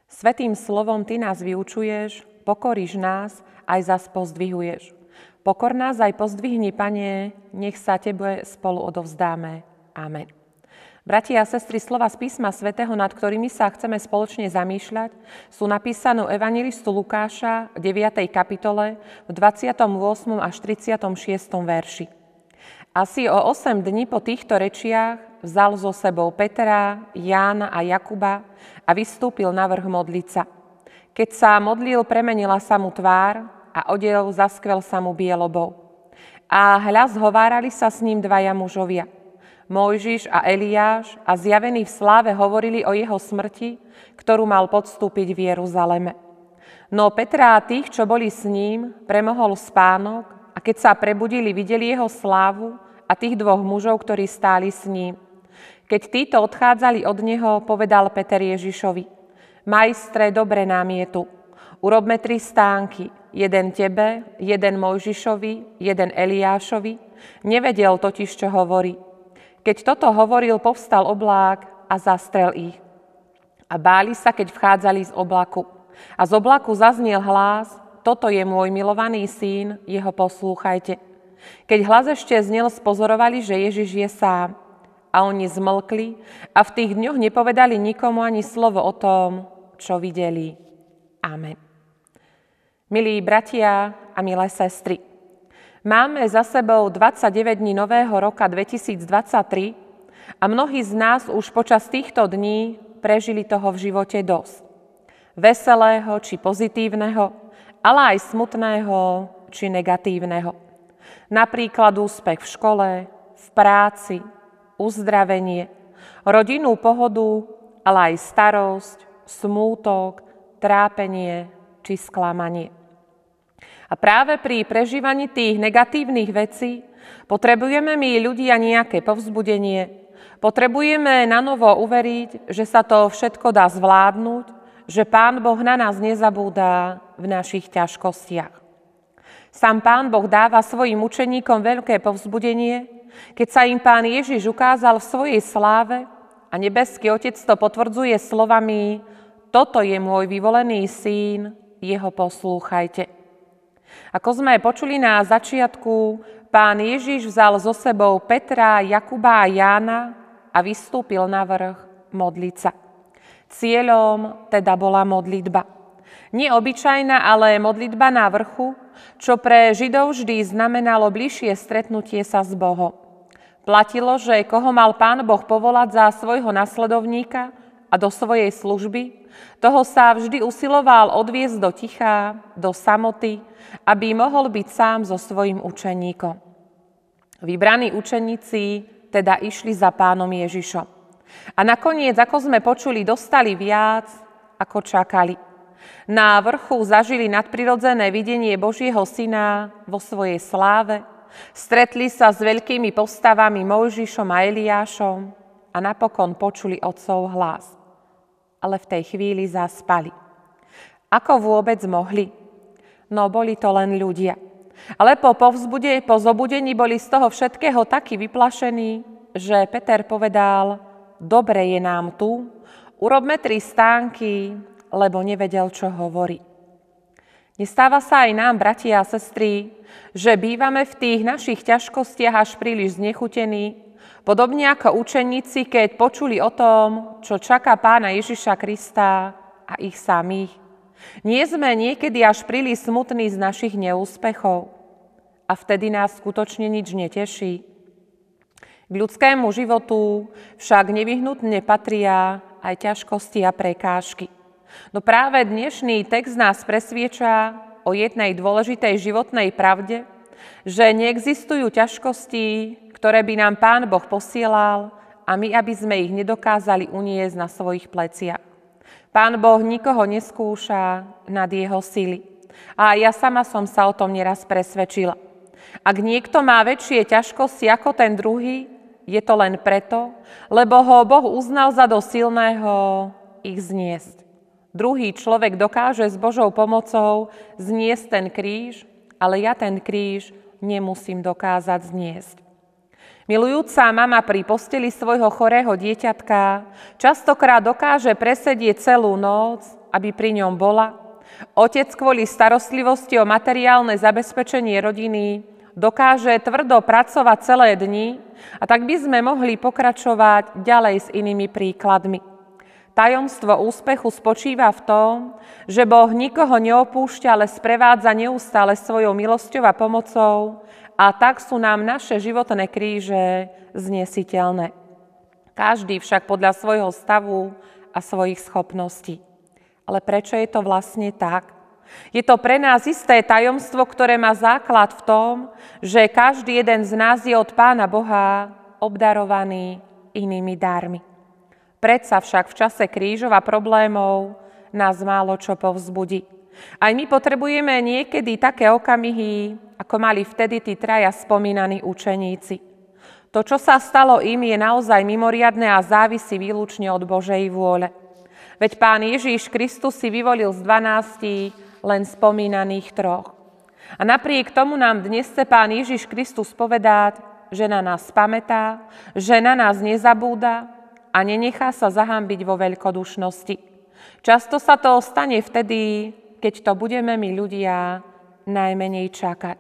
Svätým slovom Ty nás vyučuješ, pokoríš nás, aj zas pozdvihuješ. Pokor nás aj pozdvihni, Pane, nech sa Tebe spolu odovzdáme. Amen. Bratia a sestry, slova z písma svätého, nad ktorými sa chceme spoločne zamýšľať, sú napísané u evangelistu Lukáša v 9. kapitole v 28. až 36. verši. Asi o 8 dní po týchto rečiach vzal so sebou Petra, Jána a Jakuba a vystúpil na vrch modliť sa. Keď sa modlil, premenila sa mu tvár a odev zaskvel sa mu bielobou. A hľa, zhovárali sa s ním dvaja mužovia, Mojžiš a Eliáš, a zjavení v sláve hovorili o jeho smrti, ktorú mal podstúpiť v Jeruzaleme. No Petra a tých, čo boli s ním, premohol spánok, a keď sa prebudili, videli jeho slávu a tých dvoch mužov, ktorí stáli s ním. Keď títo odchádzali od neho, povedal Peter Ježišovi: Majstre, dobre nám je tu. Urobme 3 stánky, jeden tebe, jeden Mojžišovi, jeden Eliášovi. Nevedel totiž, čo hovorí. Keď toto hovoril, povstal oblák a zastrel ich. A báli sa, keď vchádzali z oblaku. A z oblaku zaznel hlas: Toto je môj milovaný syn, jeho poslúchajte. Keď hlas ešte znel, spozorovali, že Ježiš je sám. A oni zmlkli a v tých dňoch nepovedali nikomu ani slovo o tom, čo videli. Amen. Milí bratia a milé sestry, máme za sebou 29 dní nového roka 2023 a mnohí z nás už počas týchto dní prežili toho v živote dosť. Veselého či pozitívneho, ale aj smutného či negatívneho. Napríklad úspech v škole, v práci, uzdravenie, rodinnú pohodu, ale aj starosť, smútok, trápenie či sklamanie. A práve pri prežívaní tých negatívnych vecí potrebujeme my ľudia nejaké povzbudenie, potrebujeme na novo uveriť, že sa to všetko dá zvládnuť, že Pán Boh na nás nezabúda v našich ťažkostiach. Sám Pán Boh dáva svojim učeníkom veľké povzbudenie, keď sa im Pán Ježiš ukázal v svojej sláve a nebeský Otec to potvrdzuje slovami: Toto je môj vyvolený syn, jeho poslúchajte. Ako sme počuli na začiatku, Pán Ježiš vzal so sebou Petra, Jakuba a Jána a vystúpil na vrch modliť sa. Cieľom teda bola modlitba. Nie obyčajná, ale modlitba na vrchu, čo pre Židov vždy znamenalo bližšie stretnutie sa s Bohom. Platilo, že koho mal Pán Boh povolať za svojho nasledovníka a do svojej služby, toho sa vždy usiloval odviesť do ticha, do samoty, aby mohol byť sám so svojím učeníkom. Vybraní učeníci teda išli za Pánom Ježišom. A nakoniec, ako sme počuli, dostali viac, ako čakali. Na vrchu zažili nadprirodzené videnie Božieho Syna vo svojej sláve, stretli sa s veľkými postavami Mojžišom a Eliášom a napokon počuli Otcov hlas. Ale v tej chvíli zaspali. Ako vôbec mohli? No boli to len ľudia. Ale po zobudení boli z toho všetkého takí vyplašení, že Peter povedal: Dobre je nám tu, urobme 3 stánky, lebo nevedel, čo hovorí. Nestáva sa aj nám, bratia a sestry, že bývame v tých našich ťažkostiach až príliš znechutení, podobne ako učeníci, keď počuli o tom, čo čaká Pána Ježiša Krista a ich samých. Nie sme niekedy až príliš smutní z našich neúspechov a vtedy nás skutočne nič neteší. K ľudskému životu však nevyhnutne patria aj ťažkosti a prekážky. No práve dnešný text nás presvieča o jednej dôležitej životnej pravde, že neexistujú ťažkosti, ktoré by nám Pán Boh posielal a my, aby sme ich nedokázali uniesť na svojich pleciach. Pán Boh nikoho neskúša nad jeho sily. A ja sama som sa o tom neraz presvedčila. Ak niekto má väčšie ťažkosti ako ten druhý, je to len preto, lebo ho Boh uznal za dosť silného ich zniesť. Druhý človek dokáže s Božou pomocou zniesť ten kríž, ale ja ten kríž nemusím dokázať zniesť. Milujúca mama pri posteli svojho chorého dieťatka častokrát dokáže presedieť celú noc, aby pri ňom bola. Otec kvôli starostlivosti o materiálne zabezpečenie rodiny dokáže tvrdo pracovať celé dni a tak by sme mohli pokračovať ďalej s inými príkladmi. Tajomstvo úspechu spočíva v tom, že Boh nikoho neopúšťa, ale sprevádza neustále svojou milosťou a pomocou, a tak sú nám naše životné kríže znesiteľné. Každý však podľa svojho stavu a svojich schopností. Ale prečo je to vlastne tak? Je to pre nás isté tajomstvo, ktoré má základ v tom, že každý jeden z nás je od Pána Boha obdarovaný inými darmi. Predsa však v čase krížov a problémov nás málo čo povzbudí. Aj my potrebujeme niekedy také okamihy, ako mali vtedy tí traja spomínaní učeníci. To, čo sa stalo im, je naozaj mimoriadne a závisí výlučne od Božej vôle. Veď Pán Ježíš Kristus si vyvolil z 12 len spomínaných 3. A napriek tomu nám dnes chce Pán Ježíš Kristus povedať, že na nás pamätá, že na nás nezabúda a nenechá sa zahanbiť vo veľkodušnosti. Často sa to stane vtedy, keď to budeme my ľudia najmenej čakať.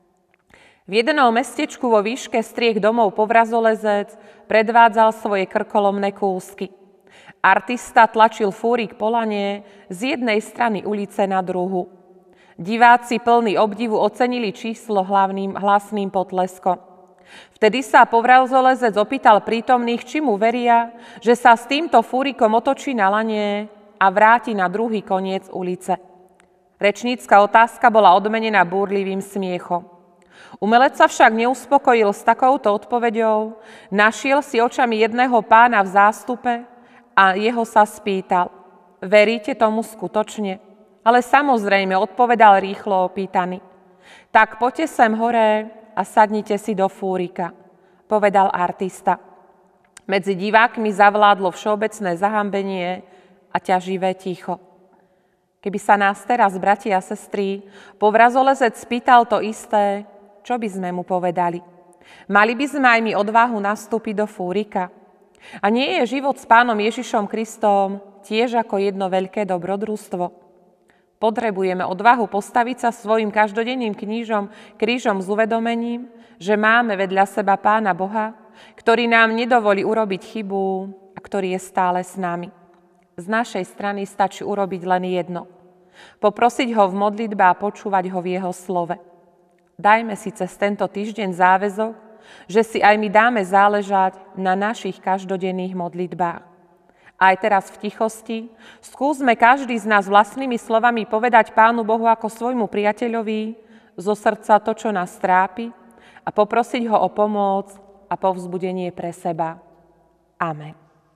V jednom mestečku vo výške striech domov povrazolezec predvádzal svoje krkolomné kúsky. Artista tlačil fúrik po lane z jednej strany ulice na druhu. Diváci plní obdivu ocenili číslo hlasným potleskom. Vtedy sa povrazolezec opýtal prítomných, či mu veria, že sa s týmto fúrikom otočí na lane a vráti na druhý koniec ulice. Rečnícka otázka bola odmenená búrlivým smiechom. Umelec sa však neuspokojil s takouto odpoveďou, našiel si očami jedného pána v zástupe a jeho sa spýtal: veríte tomu skutočne? Ale samozrejme, odpovedal rýchlo opýtaný. Tak poďte sem hore a sadnite si do fúrika, povedal artista. Medzi divákmi zavládlo všeobecné zahambenie a ťaživé ticho. Keby sa nás teraz, bratia a sestry, povrazolezec spýtal to isté, čo by sme mu povedali? Mali by sme aj my odvahu nastúpiť do fúrika? A nie je život s Pánom Ježišom Kristom tiež ako jedno veľké dobrodružstvo? Potrebujeme odvahu postaviť sa svojim každodenným krížom s uvedomením, že máme vedľa seba Pána Boha, ktorý nám nedovolí urobiť chybu a ktorý je stále s nami. Z našej strany stačí urobiť len jedno. Poprosiť ho v modlitbe a počúvať ho v jeho slove. Dajme si cez tento týždeň záväzok, že si aj my dáme záležať na našich každodenných modlitbách. Aj teraz v tichosti skúsme každý z nás vlastnými slovami povedať Pánu Bohu ako svojmu priateľovi zo srdca to, čo nás trápi, a poprosiť ho o pomoc a povzbudenie pre seba. Amen.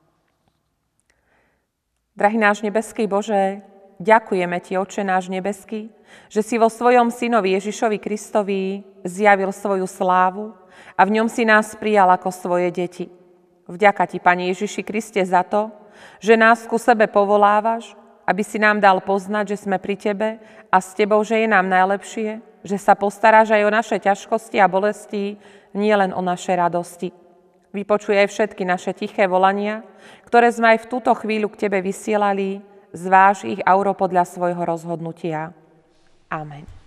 Drahý náš nebeský Bože, ďakujeme Ti, Otče náš nebeský, že si vo svojom Synovi Ježišovi Kristovi zjavil svoju slávu a v ňom si nás prijal ako svoje deti. Vďaka Ti, Pane Ježiši Kriste, za to, že nás ku sebe povolávaš, aby si nám dal poznať, že sme pri Tebe a s Tebou, že je nám najlepšie, že sa postaráš aj o naše ťažkosti a bolesti, nielen o naše radosti. Vypočuj aj všetky naše tiché volania, ktoré sme aj v túto chvíľu k Tebe vysielali, zváž ich a urob podľa svojho rozhodnutia. Amen.